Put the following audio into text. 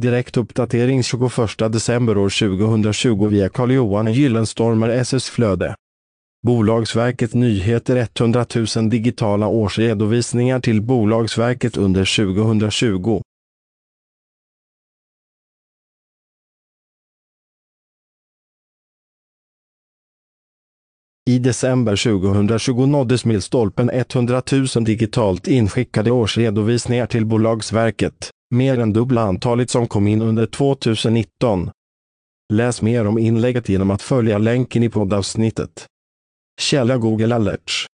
Direktuppdatering 21 december år 2020 via Carl-Johan Gyllenstormer SS-flöde. Bolagsverket Nyheter 100 000 digitala årsredovisningar till Bolagsverket under 2020. I december 2020 nåddes milstolpen 100 000 digitalt inskickade årsredovisningar till Bolagsverket, mer än dubbla antalet som kom in under 2019. Läs mer om inlägget genom att följa länken i poddavsnittet. Källa Google Alerts.